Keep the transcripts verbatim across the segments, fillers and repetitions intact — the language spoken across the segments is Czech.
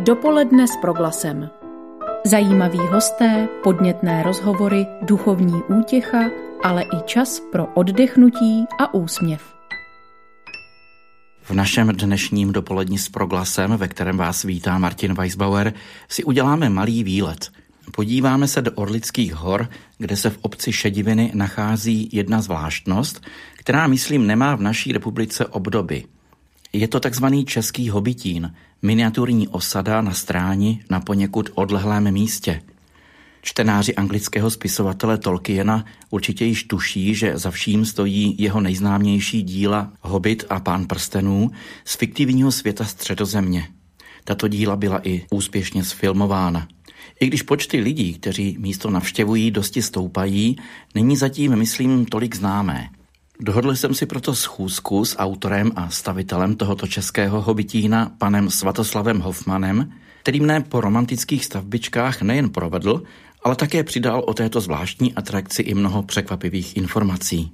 Dopoledne s Proglasem. Zajímaví hosté, podnětné rozhovory, duchovní útěcha, ale i čas pro oddechnutí a úsměv. V našem dnešním Dopoledni s Proglasem, ve kterém vás vítá Martin Weisbauer, si uděláme malý výlet. Podíváme se do Orlických hor, kde se v obci Šediviny nachází jedna zvláštnost, která, myslím, nemá v naší republice obdoby. Je to takzvaný český Hobitín, miniaturní osada na Stráni na poněkud odlehlém místě. Čtenáři anglického spisovatele Tolkiena určitě již tuší, že za vším stojí jeho nejznámější díla Hobit a Pán prstenů z fiktivního světa Středozemě. Tato díla byla i úspěšně sfilmována. I když počty lidí, kteří místo navštěvují, dosti stoupají, není zatím, myslím, tolik známé. Dohodl jsem si proto schůzku s autorem a stavitelem tohoto českého Hobitína, panem Svatoslavem Hofmanem, který mne po romantických stavbičkách nejen provedl, ale také přidal o této zvláštní atrakci i mnoho překvapivých informací.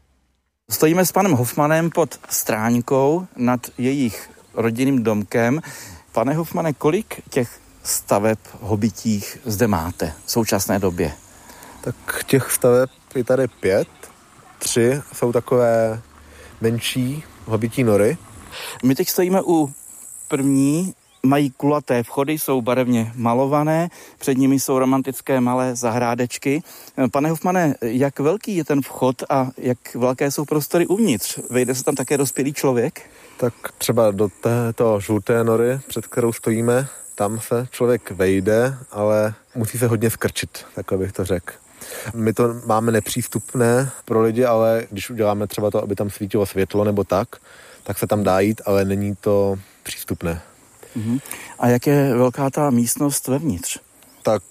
Stojíme s panem Hofmanem pod Stráňkou nad jejich rodinným domkem. Pane Hofmane, kolik těch staveb hobitích zde máte v současné době? Tak těch staveb je tady pět. Tři jsou takové menší hobití nory. My teď stojíme u první, mají kulaté vchody, jsou barevně malované, před nimi jsou romantické malé zahrádečky. Pane Hofmane, jak velký je ten vchod a jak velké jsou prostory uvnitř? Vejde se tam také dospělý člověk? Tak třeba do této žluté nory, před kterou stojíme, tam se člověk vejde, ale musí se hodně skrčit, takhle bych to řekl. My to máme nepřístupné pro lidi, ale když uděláme třeba to, aby tam svítilo světlo nebo tak, tak se tam dá jít, ale není to přístupné. Uh-huh. A jak je velká ta místnost vevnitř? Tak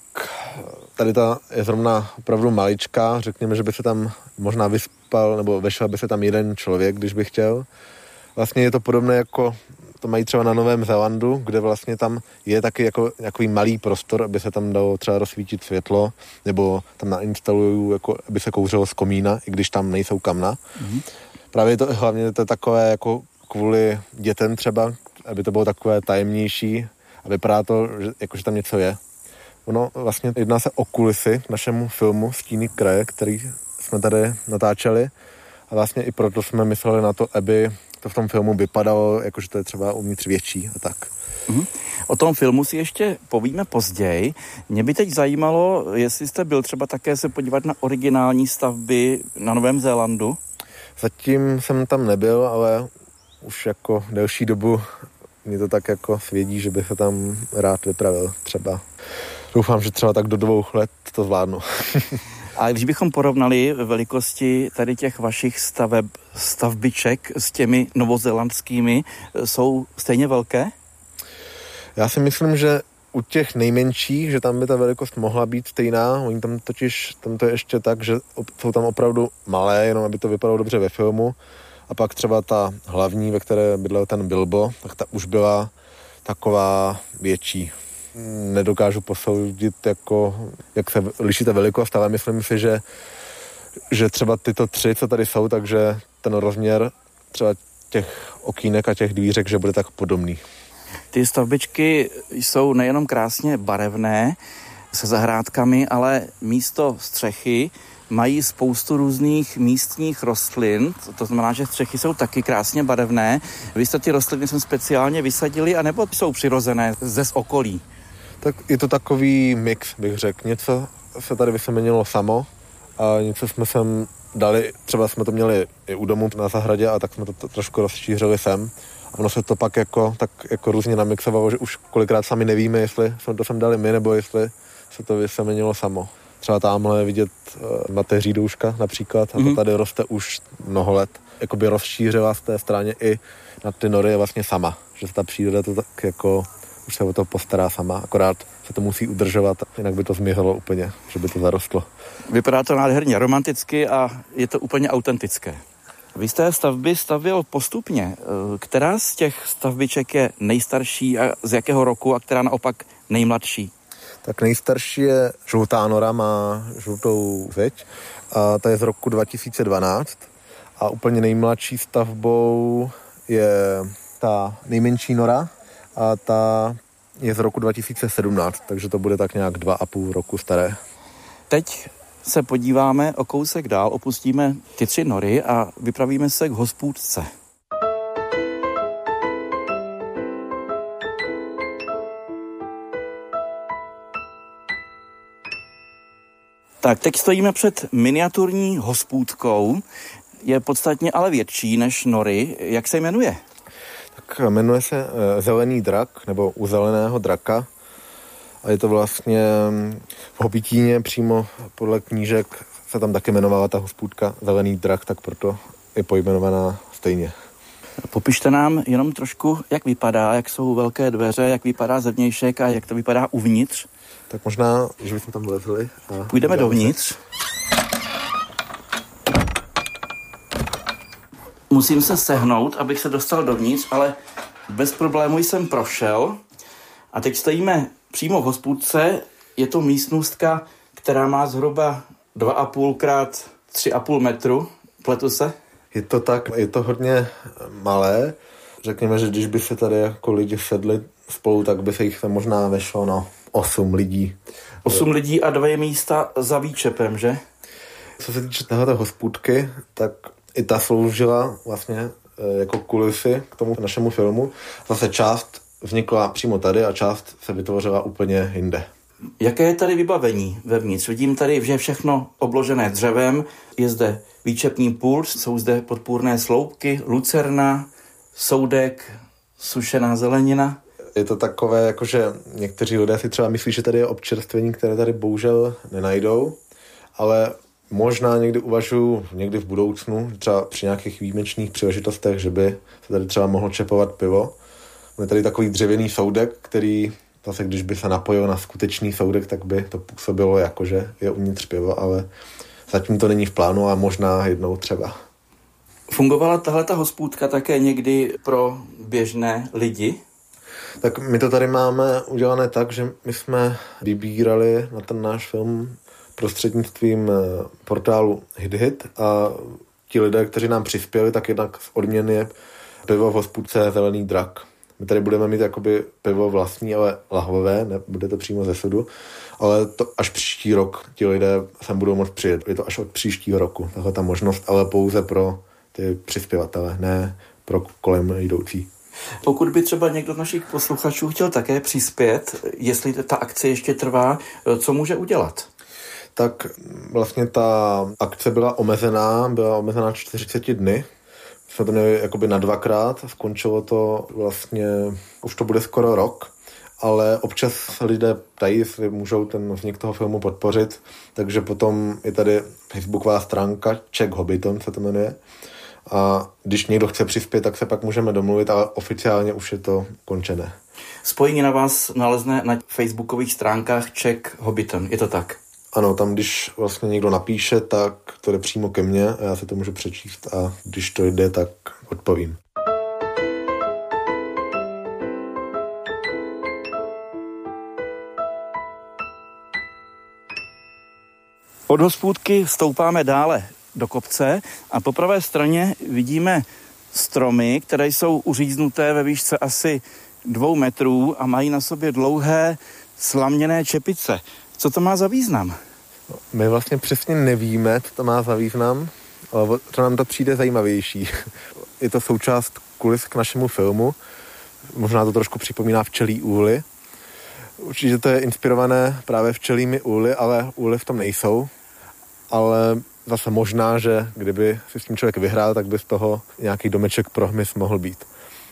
tady ta je zrovna opravdu maličká, řekněme, že by se tam možná vyspal nebo vešel by se tam jeden člověk, když by chtěl. Vlastně je to podobné jako to mají třeba na Novém Zélandu, kde vlastně tam je taky jako nějaký malý prostor, aby se tam dalo třeba rozsvítit světlo, nebo tam nainstalují, jako, aby se kouřilo z komína, i když tam nejsou kamna. Mm-hmm. Právě to hlavně to je takové jako kvůli dětem třeba, aby to bylo takové tajemnější a vypadá to, že, jako, že tam něco je. Ono vlastně jedná se o kulisy k našemu filmu Stíny kraje, který jsme tady natáčeli a vlastně i proto jsme mysleli na to, aby to v tom filmu vypadalo, jakože to je třeba uvnitř větší a tak. Mm. O tom filmu si ještě povíme později. Mě by teď zajímalo, jestli jste byl třeba také se podívat na originální stavby na Novém Zélandu. Zatím jsem tam nebyl, ale už jako delší dobu mě to tak jako svědí, že bych se tam rád vypravil třeba. Doufám, že třeba tak do dvou let to zvládnu. A když bychom porovnali velikosti tady těch vašich staveb, stavbiček s těmi novozélandskými, jsou stejně velké? Já si myslím, že u těch nejmenších, že tam by ta velikost mohla být stejná. Oni tam totiž, tam to je ještě tak, že jsou tam opravdu malé, jenom aby to vypadalo dobře ve filmu. A pak třeba ta hlavní, ve které bydlel ten Bilbo, tak ta už byla taková větší. Nedokážu posoudit, jako, jak se liší ta velikost, ale myslím si, že, že třeba tyto tři, co tady jsou, takže ten rozměr třeba těch okýnek a těch dvířek, že bude tak podobný. Ty stavbičky jsou nejenom krásně barevné se zahrádkami, ale místo střechy mají spoustu různých místních rostlin, to znamená, že střechy jsou taky krásně barevné. Vy jste ty rostliny sem speciálně vysadili, anebo jsou přirozené ze z okolí? Tak je to takový mix, bych řekl. Něco se tady vysemenilo samo a něco jsme sem dali, třeba jsme to měli i u domu na zahradě a tak jsme to t- trošku rozšířili sem. A ono se to pak jako, tak jako různě namixovalo, že už kolikrát sami nevíme, jestli jsme to sem dali my, nebo jestli se to vysemenilo samo. Třeba tamhle je vidět uh, mateří douška například a to tady roste už mnoho let. Jakoby rozšířila z té straně i na ty nory je vlastně sama. Že se ta příroda to tak jako už se o to postará sama, akorát se to musí udržovat, jinak by to zmizelo úplně, že by to zarostlo. Vypadá to nádherně romanticky a je to úplně autentické. Vy jste stavby stavěl postupně. Která z těch stavbiček je nejstarší a z jakého roku a která naopak nejmladší? Tak nejstarší je žlutá nora, má žlutou zeď a ta je z roku dva tisíce dvanáct a úplně nejmladší stavbou je ta nejmenší nora a ta je z roku dva tisíce sedmnáct, takže to bude tak nějak dva a půl roku staré. Teď se podíváme o kousek dál, opustíme ty tři nory a vypravíme se k hospůdce. Tak, teď stojíme před miniaturní hospůdkou. Je podstatně ale větší než nory. Jak se jmenuje? Tak jmenuje se Zelený drak, nebo U zeleného draka. A je to vlastně v Hobitíně, přímo podle knížek se tam taky jmenovala ta hospůdka Zelený drak, tak proto je pojmenovaná stejně. Popište nám jenom trošku, jak vypadá, jak jsou velké dveře, jak vypadá zevnějšek a jak to vypadá uvnitř. Tak možná, že bychom tam vlezli. A půjdeme dovnitř. Musím se sehnout, abych se dostal dovnitř, ale bez problémů jsem prošel. A teď stojíme přímo v hospůdce. Je to místnostka, která má zhruba dva a půl krát tři a půl metru. Pletu se? Je to tak, je to hodně malé. Řekněme, že když by se tady jako lidi sedli spolu, tak by se jich se možná vešlo na osm lidí. Osm lidí a dvě místa za výčepem, že? Co se týče téhle hospůdky, tak i ta sloužila vlastně jako kulisy k tomu našemu filmu. Zase část vznikla přímo tady a část se vytvořila úplně jinde. Jaké je tady vybavení vevnitř? Vidím tady, že je všechno obložené dřevem, je zde výčepní pult, jsou zde podpůrné sloupky, lucerna, soudek, sušená zelenina. Je to takové, jakože někteří lidé si třeba myslí, že tady je občerstvení, které tady bohužel nenajdou, ale možná někdy uvažuji, někdy v budoucnu, třeba při nějakých výjimečných příležitostech, že by se tady třeba mohlo čepovat pivo. Je tady takový dřevěný soudek, který zase, když by se napojil na skutečný soudek, tak by to působilo jako, že je uvnitř pivo, ale zatím to není v plánu, ale možná jednou třeba. Fungovala tahleta hospůdka také někdy pro běžné lidi? Tak my to tady máme udělané tak, že my jsme vybírali na ten náš film prostřednictvím portálu HitHit a ti lidé, kteří nám přispěli, tak jednak z odměny je pivo v hospůdce Zelený drak. My tady budeme mít jakoby pivo vlastní, ale lahvové, nebude to přímo ze sudu, ale to až příští rok ti lidé sem budou moct přijet. Je to až od příštího roku, tahle ta možnost, ale pouze pro ty přispěvatele, ne pro kolem jdoucí. Pokud by třeba někdo z našich posluchačů chtěl také přispět, jestli ta akce ještě trvá, co může udělat? Tak vlastně ta akce byla omezená, byla omezená čtyřicet dny. Jsme to měli jakoby na dvakrát, skončilo to vlastně, už to bude skoro rok, ale občas lidé ptají, jestli můžou ten vznik toho filmu podpořit, takže potom je tady facebooková stránka Czech Hobbiton se to jmenuje. A když někdo chce přispět, tak se pak můžeme domluvit, ale oficiálně už je to končené. Spojení na vás nalezne na facebookových stránkách Czech Hobbiton, je to tak? Ano, tam když vlastně někdo napíše, tak to jde přímo ke mně a já si to můžu přečíst a když to jde, tak odpovím. Od hospůdky stoupáme dále do kopce a po pravé straně vidíme stromy, které jsou uříznuté ve výšce asi dvou metrů a mají na sobě dlouhé slaměné čepice. Co to má za význam? My vlastně přesně nevíme, co to má za význam, ale to nám to přijde zajímavější. Je to součást kulis k našemu filmu. Možná to trošku připomíná včelí úly. Určitě to je inspirované právě včelími úly, ale úly v tom nejsou. Ale zase možná, že kdyby si s tím člověk vyhrál, tak by z toho nějaký domeček pro hmyz mohl být.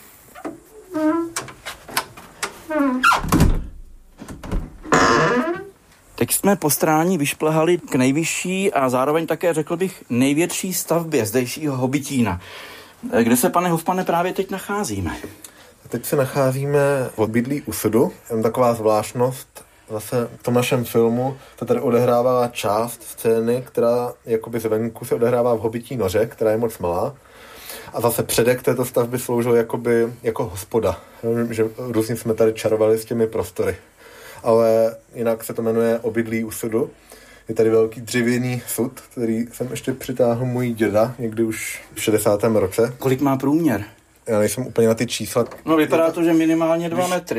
Teď jsme po stráni vyšplhali k nejvyšší a zároveň také, řekl bych, největší stavbě zdejšího Hobitína. Kde se, pane Hofmane, právě teď nacházíme? Teď se nacházíme v obydlí u sudu. Jen taková zvláštnost. Zase v tom našem filmu se tady odehrávala část scény, která jakoby zvenku se odehrává v Hobití noře, která je moc malá. A zase předek této stavby sloužil jakoby jako hospoda. Že různě jsme tady čarovali s těmi prostory. Ale jinak se to jmenuje obydlí u sudu. Je tady velký dřevěný sud, který jsem ještě přitáhl můj děda, někdy už v šedesátém roce. Kolik má průměr? Já nejsem úplně na ty čísla. No vypadá to, že minimálně dva metry.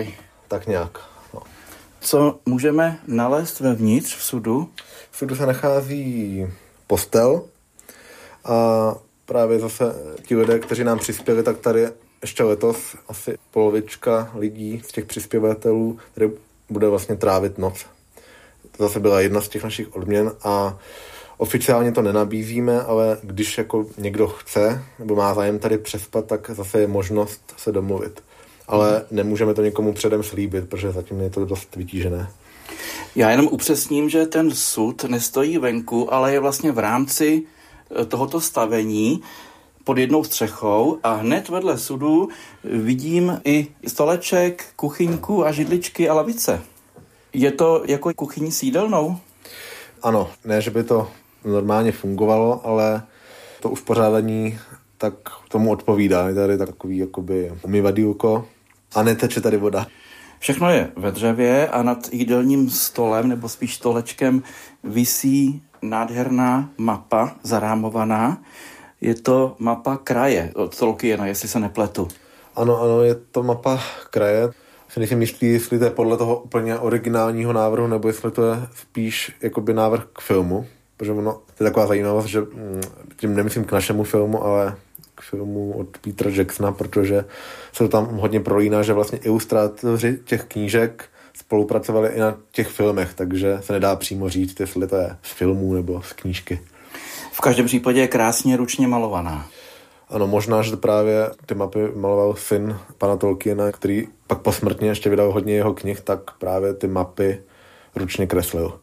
tak nějak. No. Co můžeme nalézt vevnitř v sudu? V sudu se nachází postel a právě zase ti lidé, kteří nám přispěli, tak tady ještě letos asi polovička lidí z těch přispěvatelů tady bude vlastně trávit noc. To zase byla jedna z těch našich odměn a oficiálně to nenabízíme, ale když jako někdo chce nebo má zájem tady přespat, tak zase je možnost se domluvit. Ale nemůžeme to někomu předem slíbit, protože zatím je to dost vytížené. Já jenom upřesním, že ten sud nestojí venku, ale je vlastně v rámci tohoto stavení pod jednou střechou a hned vedle sudu vidím i stoleček, kuchyňku a židličky a lavice. Je to jako kuchyní s jídelnou? Ano, ne, že by to normálně fungovalo, ale to uspořádání tak tomu odpovídá. Je tady takový jakoby umyvadýlko a neteče tady voda. Všechno je ve dřevě a nad jídelním stolem, nebo spíš stolečkem, visí nádherná mapa zarámovaná. Je to mapa kraje od Tolkiena, jestli se nepletu. Ano, ano, je to mapa kraje. Si nejsem jistý, jestli to je podle toho úplně originálního návrhu, nebo jestli to je spíš jakoby návrh k filmu. Protože ono, to je taková zajímavost, že tím nemyslím k našemu filmu, ale k filmu od Petera Jacksona, protože se to tam hodně prolíná, že vlastně ilustrátoři těch knížek spolupracovali i na těch filmech, takže se nedá přímo říct, jestli to je z filmů nebo z knížky. V každém případě je krásně ručně malovaná. Ano, možná, že právě ty mapy maloval syn pana Tolkiena, který pak posmrtně ještě vydal hodně jeho knih, tak právě ty mapy ručně kreslil.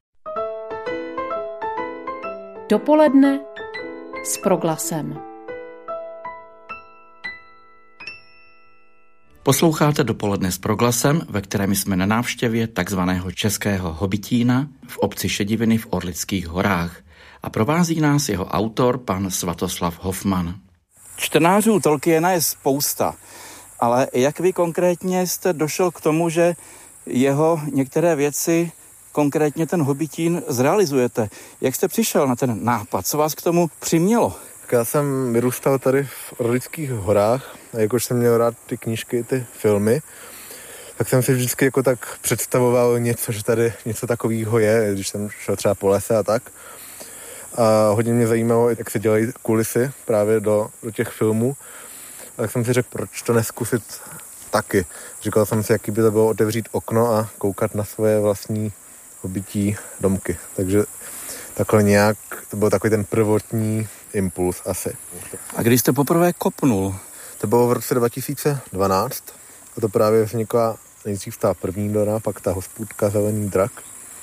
Dopoledne s Proglasem. Posloucháte Dopoledne s Proglasem, ve kterém jsme na návštěvě takzvaného českého hobitína v obci Šediviny v Orlických horách. A provází nás jeho autor, pan Svatoslav Hofman. Čtenářů Tolkiena je spousta, ale jak vy konkrétně jste došel k tomu, že jeho některé věci, konkrétně ten hobitín, zrealizujete? Jak jste přišel na ten nápad? Co vás k tomu přimělo? Já jsem vyrůstal tady v Orlických horách a jakož jsem měl rád ty knížky, ty filmy, tak jsem si vždycky jako tak představoval něco, že tady něco takového je, když jsem šel třeba po lese a tak. A hodně mě zajímalo, jak se dělají kulisy právě do, do těch filmů. A tak jsem si řekl, proč to neskusit taky. Říkal jsem si, jaký by to bylo otevřít okno a koukat na svoje vlastní hobití domky. Takže takhle nějak, to byl takový ten prvotní impuls asi. A když jste poprvé kopnul? To bylo v roce dva tisíce dvanáct. A to právě vznikla nejdřív ta první dora, pak ta hospůdka Zelený drak.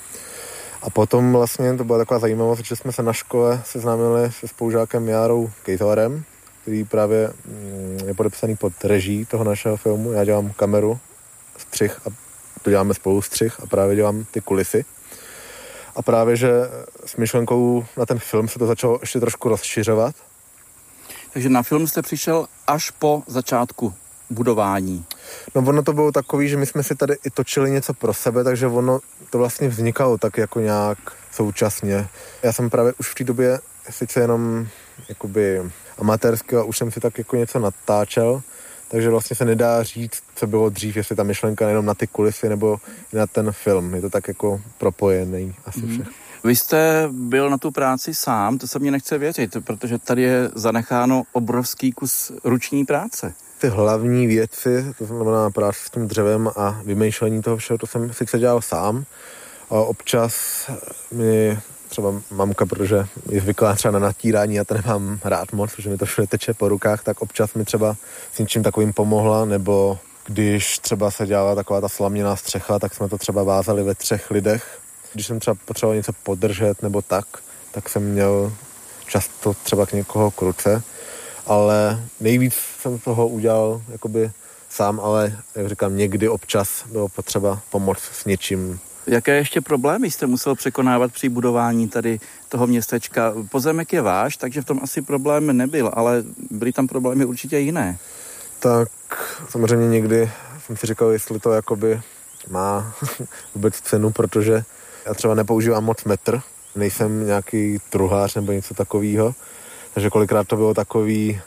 A potom vlastně to byla taková zajímavost, že jsme se na škole seznámili se spolužákem Járou Kejtvarem, který právě je podepsaný pod režii toho našeho filmu. Já dělám kameru, střih a to děláme spolu střih a právě dělám ty kulisy. A právě, že s myšlenkou na ten film se to začalo ještě trošku rozšiřovat. Takže na film jste přišel až po začátku budování. No ono to bylo takový, že my jsme si tady i točili něco pro sebe, takže ono to vlastně vznikalo tak jako nějak současně. Já jsem právě už v té době sice jenom jakoby amatérsky, a už jsem si tak jako něco natáčel, takže vlastně se nedá říct, co bylo dřív, jestli ta myšlenka jenom na ty kulisy nebo na ten film. Je to tak jako propojený asi mm. všechno. Vy jste byl na tu práci sám, to se mně nechce věřit, protože tady je zanecháno obrovský kus ruční práce. Ty hlavní věci, to znamená práce s tím dřevem a vymýšlení toho všeho, to jsem sice dělal sám. A občas mi třeba mamka, protože je zvyklá třeba na natírání, já to nemám rád moc, protože mi to všude teče po rukách, tak občas mi třeba s něčím takovým pomohla, nebo když třeba se dělala taková ta slaměná střecha, tak jsme to třeba vázali ve třech lidech. Když jsem třeba potřeboval něco podržet nebo tak, tak jsem měl často třeba k někoho k ruce, ale nejvíc jsem toho udělal jakoby sám, ale jak říkám, někdy občas bylo potřeba pomoct s něčím. Jaké ještě problémy jste musel překonávat při budování tady toho městečka? Pozemek je váš, takže v tom asi problém nebyl, ale byly tam problémy určitě jiné. Tak samozřejmě někdy jsem si říkal, jestli to jakoby má vůbec cenu, protože já třeba nepoužívám moc metr, nejsem nějaký truhlář nebo něco takového, takže kolikrát to bylo takový,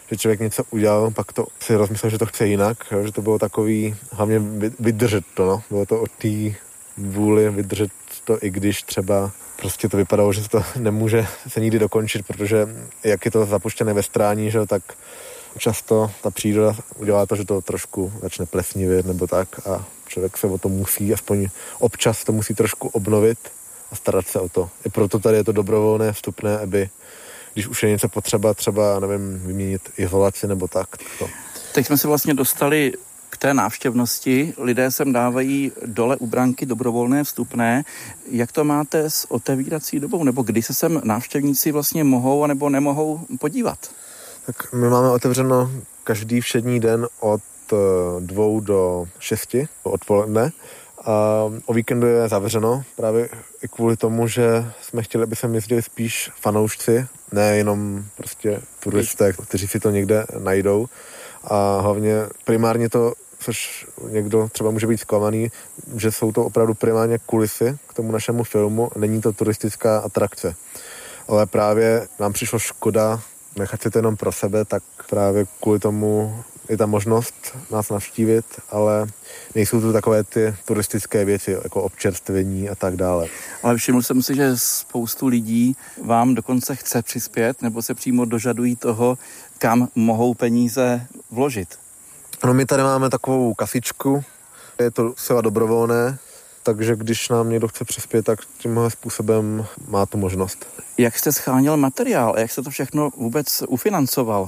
že člověk něco udělal, pak to si rozmyslel, že to chce jinak, jo, že to bylo takový, hlavně vydržet to, no. Bylo to o té vůli vydržet to, i když třeba prostě to vypadalo, že se to nemůže se nikdy dokončit, protože jak je to zapuštěné ve strání, že, tak často ta příroda udělá to, že to trošku začne plesnivět nebo tak a člověk se o to musí, aspoň občas to musí trošku obnovit a starat se o to. I proto tady je to dobrovolné, vstupné, aby když už je něco potřeba, třeba, nevím, vyměnit izolaci nebo tak. To. Teď jsme se vlastně dostali k té návštěvnosti. Lidé sem dávají dole u branky dobrovolné vstupné. Jak to máte s otevírací dobou? Nebo kdy se sem návštěvníci vlastně mohou nebo nemohou podívat? Tak my máme otevřeno každý všední den od dvou do šesti odpoledne. A o víkendu je zavřeno právě i kvůli tomu, že jsme chtěli, aby sem jezdili spíš fanoušci, nejenom prostě turisté, kteří si to někde najdou. A hlavně primárně to, což někdo třeba může být zklamaný, že jsou to opravdu primárně kulisy k tomu našemu filmu, není to turistická atrakce. Ale právě nám přišlo škoda nechat si to jenom pro sebe, tak právě kvůli tomu je ta možnost nás navštívit, ale nejsou to takové ty turistické věci, jako občerstvení a tak dále. Ale všiml jsem si, že spoustu lidí vám dokonce chce přispět, nebo se přímo dožadují toho, kam mohou peníze vložit. No my tady máme takovou kasičku, je to zcela dobrovolné, takže když nám někdo chce přispět, tak tímhle způsobem má tu možnost. Jak jste scháněl materiál a jak jste to všechno vůbec ufinancoval?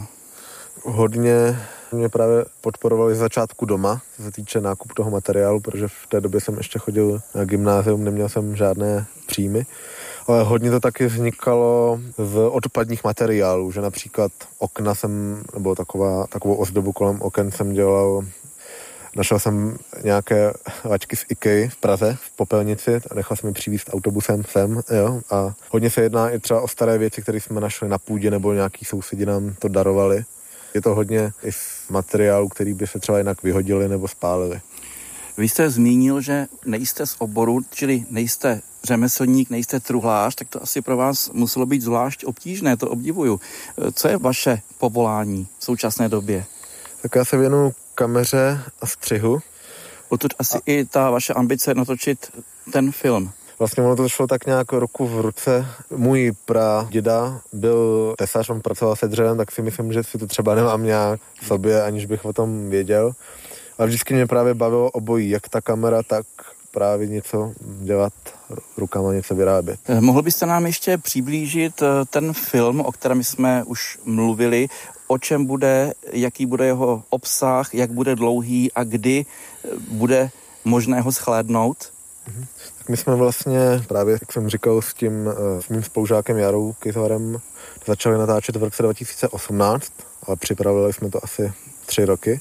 Hodně mě právě podporovali z začátku doma, co se týče nákup toho materiálu, protože v té době jsem ještě chodil na gymnázium, neměl jsem žádné příjmy. Ale hodně to taky vznikalo z odpadních materiálů, že například okna jsem, nebo taková, takovou ozdobu kolem oken jsem dělal. Našel jsem nějaké laťky z IKEA v Praze, v Popelnici a nechal jsem je přivízt autobusem sem, jo. A hodně se jedná i třeba o staré věci, které jsme našli na půdě, nebo nějaký sousedi nám to darovali. Je to hodně i z materiálu, který by se třeba jinak vyhodili nebo spálili. Vy jste zmínil, že nejste z oboru, čili nejste řemeslník, nejste truhlář, tak to asi pro vás muselo být zvlášť obtížné, to obdivuju. Co je vaše povolání v současné době? Tak já se věnuju kameře a střihu. Odtud asi a... i ta vaše ambice natočit ten film. Vlastně ono to šlo tak nějak ruku v ruce. Můj praděda byl tesař, on pracoval se dřevem, tak si myslím, že si to třeba nemám nějak v sobě, aniž bych o tom věděl. Ale vždycky mě právě bavilo obojí, jak ta kamera, tak právě něco dělat rukama, něco vyrábět. Mohl byste nám ještě přiblížit ten film, o kterém jsme už mluvili, o čem bude, jaký bude jeho obsah, jak bude dlouhý a kdy bude možné ho shlédnout? Mhm. Tak my jsme vlastně právě, jak jsem říkal, s tím s mým spolužákem Jarou Kyzvarem začali natáčet v roce dva tisíce osmnáct, ale připravili jsme to asi tři roky.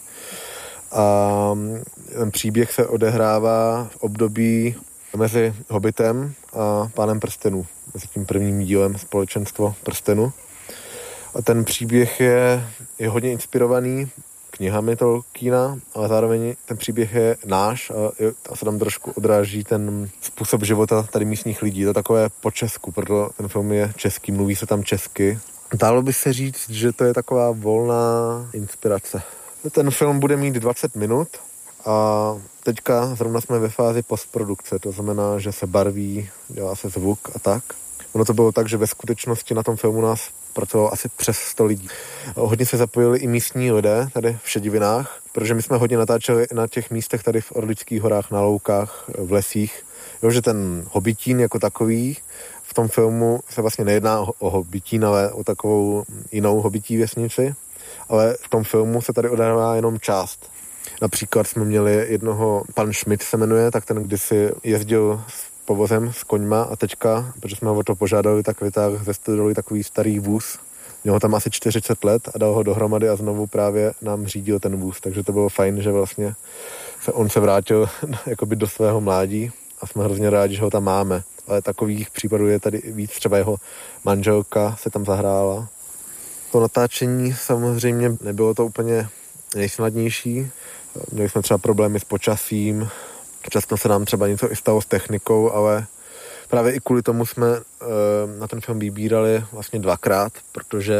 A ten příběh se odehrává v období mezi Hobbitem a Pánem prstenů, mezi tím prvním dílem Společenstvo prstenů. A ten příběh je, je hodně inspirovaný knihami Tolkiena, ale zároveň ten příběh je náš a, a se tam trošku odráží ten způsob života tady místních lidí. To je takové po česku, proto ten film je český, mluví se tam česky. Dálo by se říct, že to je taková volná inspirace. Ten film bude mít dvacet minut a teďka zrovna jsme ve fázi postprodukce, to znamená, že se barví, dělá se zvuk a tak. Ono to bylo tak, že ve skutečnosti na tom filmu nás pracovalo asi přes sto lidí. Hodně se zapojili i místní lidé tady v Šedivinách, protože my jsme hodně natáčeli na těch místech tady v Orlických horách, na loukách, v lesích. Jo, že ten Hobbitín jako takový v tom filmu se vlastně nejedná o Hobbitín, ale o takovou jinou hobbití vesnici. Ale v tom filmu se tady odehrává jenom část. Například jsme měli jednoho, pan Schmidt se jmenuje, tak ten kdysi jezdil s povozem s koňma a teďka, protože jsme ho o to požádali, tak vytáhl ze stodoly takový starý vůz. Měl ho tam asi čtyřicet let a dal ho dohromady a znovu právě nám řídil ten vůz. Takže to bylo fajn, že vlastně se, on se vrátil jakoby do svého mládí a jsme hrozně rádi, že ho tam máme. Ale takových případů je tady víc, třeba jeho manželka se tam zahrála. To natáčení samozřejmě nebylo to úplně nejsnadnější. Měli jsme třeba problémy s počasím, často se nám třeba něco i stalo s technikou, ale právě i kvůli tomu jsme e, na ten film vybírali vlastně dvakrát, protože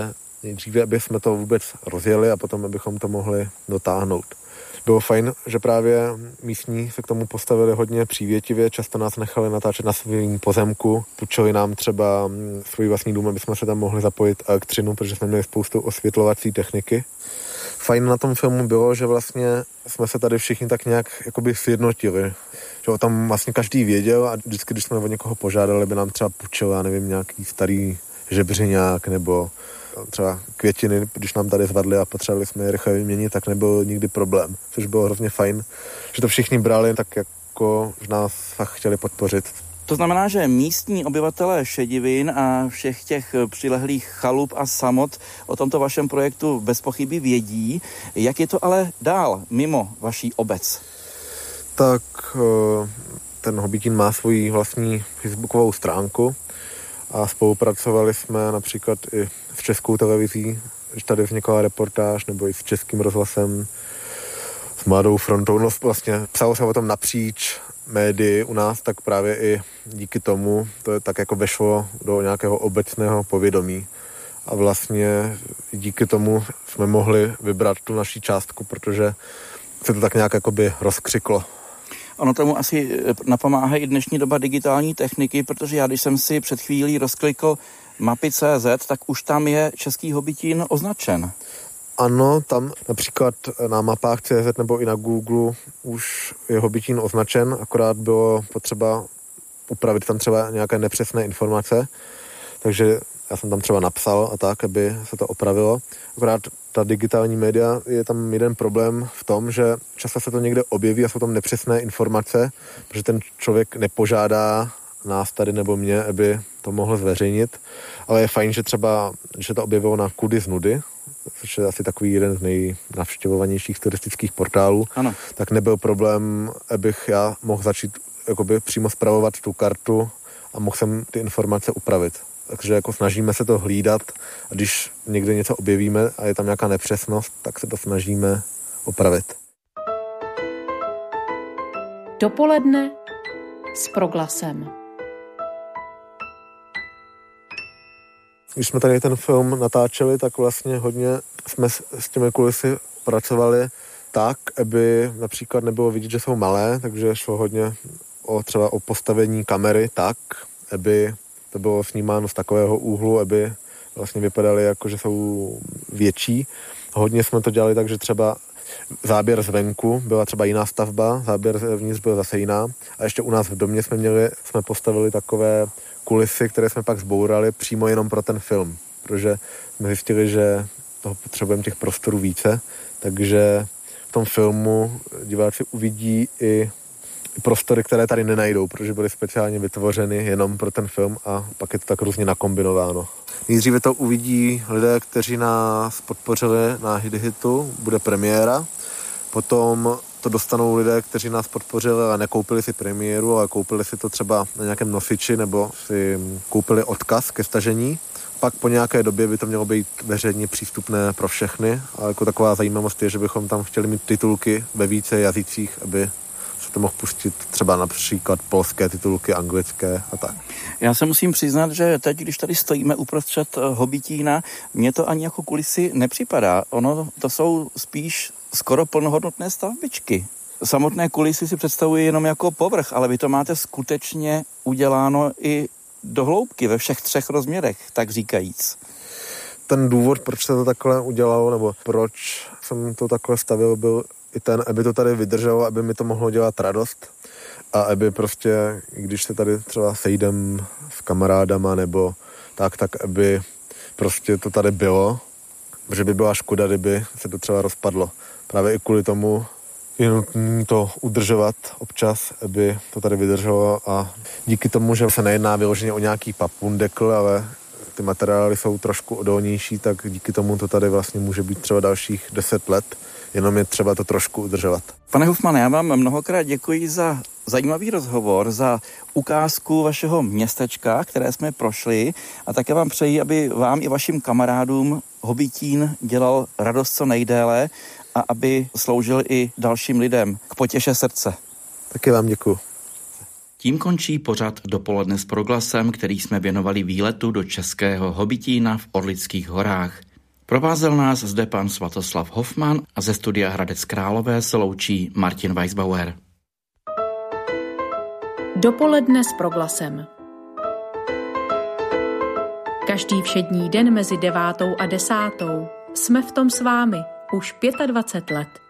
nejdříve, aby jsme to vůbec rozjeli a potom, abychom to mohli dotáhnout. Bylo fajn, že právě místní se k tomu postavili hodně přívětivě, často nás nechali natáčet na svým pozemku, půjčili nám třeba svůj vlastní dům, aby jsme se tam mohli zapojit elektřinu, protože jsme měli spoustu osvětlovací techniky. Fajn na tom filmu bylo, že vlastně jsme se tady všichni tak nějak jakoby sjednotili. Že o tom vlastně každý věděl a vždycky, když jsme o někoho požádali, by nám třeba půjčil, já nevím, nějaký starý žebřiňák nebo třeba květiny, když nám tady zvadly a potřebovali jsme je rychle vyměnit, tak nebyl nikdy problém. Což bylo hrozně fajn, že to všichni brali tak jako nás fakt chtěli podpořit. To znamená, že místní obyvatelé Šedivin a všech těch přilehlých chalup a samot o tomto vašem projektu bez pochyby vědí. Jak je to ale dál, mimo vaší obec? Tak ten Hobítin má svoji vlastní facebookovou stránku a spolupracovali jsme například i s Českou televizí, když tady vznikla reportáž, nebo i s Českým rozhlasem, s Mladou frontou. No vlastně psalo se o tom napříč médii u nás, tak právě i díky tomu to je tak jako vešlo do nějakého obecného povědomí. A vlastně díky tomu jsme mohli vybrat tu naši částku, protože se to tak nějak jakoby rozkřiklo. Ono tomu asi napomáhá i dnešní doba digitální techniky, protože já, když jsem si před chvílí rozklikl mapy tečka cé zet, tak už tam je Český Hobítin označen. Ano, tam například na mapách tečka cé zet nebo i na Google už je Hobítin označen, akorát bylo potřeba upravit tam třeba nějaké nepřesné informace, takže já jsem tam třeba napsal a tak, aby se to opravilo. Akorát ta digitální média, je tam jeden problém v tom, že často se to někde objeví a jsou tam nepřesné informace, protože ten člověk nepožádá nás tady nebo mě, aby to mohl zveřejnit, ale je fajn, že třeba, že to objevilo na Kudy z nudy, což je asi takový jeden z nejnavštěvovanějších turistických portálů, ano. Tak nebyl problém, abych já mohl začít jakoby přímo spravovat tu kartu a mohl jsem ty informace upravit. Takže jako snažíme se to hlídat a když někde něco objevíme a je tam nějaká nepřesnost, tak se to snažíme opravit. Dopoledne s Proglasem. Když jsme tady ten film natáčeli, tak vlastně hodně jsme s těmi kulisy pracovali tak, aby například nebylo vidět, že jsou malé, takže šlo hodně o třeba o postavení kamery tak, aby to bylo snímáno z takového úhlu, aby vlastně vypadaly jako, že jsou větší. Hodně jsme to dělali tak, že třeba záběr zvenku byla třeba jiná stavba, záběr zevnitř byl zase jiná. A ještě u nás v domě jsme měli, jsme postavili takové kulisy, které jsme pak zbourali přímo jenom pro ten film. Protože jsme zjistili, že toho potřebujeme těch prostorů více, takže v tom filmu diváci uvidí i prostory, které tady nenajdou, protože byly speciálně vytvořeny jenom pro ten film a pak je to tak různě nakombinováno. Nejdříve to uvidí lidé, kteří nás podpořili na Hit Hitu, bude premiéra, potom to dostanou lidé, kteří nás podpořili a nekoupili si premiéru, ale koupili si to třeba na nějakém nosiči nebo si koupili odkaz ke stažení. Pak po nějaké době by to mělo být veřejně přístupné pro všechny, ale jako taková zajímavost je, že bychom tam chtěli mít titulky ve více jazycích, aby se to mohl pustit třeba například polské titulky, anglické a tak. Já se musím přiznat, že teď, když tady stojíme uprostřed Hobítina, mně to ani jako kulisy nepřipadá. Ono to jsou spíš skoro plnohodnotné stavbičky. Samotné kulisy si představuji jenom jako povrch, ale vy to máte skutečně uděláno i do hloubky ve všech třech rozměrech, tak říkajíc. Ten důvod, proč se to takhle udělalo, nebo proč jsem to takhle stavil, byl i ten, aby to tady vydrželo, aby mi to mohlo dělat radost a aby prostě, když se tady třeba sejdem s kamarádama nebo tak, tak aby prostě to tady bylo, protože by byla škoda, kdyby se to třeba rozpadlo. Právě i kvůli tomu je nutné to udržovat občas, aby to tady vydrželo a díky tomu, že se nejedná vyloženě o nějaký papundekl, ale ty materiály jsou trošku odolnější, tak díky tomu to tady vlastně může být třeba dalších deset let, jenom je třeba to trošku udržovat. Pane Hofmane, já vám mnohokrát děkuji za zajímavý rozhovor, za ukázku vašeho městečka, které jsme prošli a také vám přeji, aby vám i vašim kamarádům Hobítin dělal radost co nejdéle a aby sloužil i dalším lidem k potěše srdce. Taky vám děkuji. Tím končí pořad Dopoledne s Proglasem, který jsme věnovali výletu do Českého Hobítina v Orlických horách. Provázel nás zde pan Svatoslav Hofman a ze studia Hradec Králové se loučí Martin Weisbauer. Dopoledne s Proglasem. Každý všední den mezi devátou a desátou jsme v tom s vámi už dvacet pět let.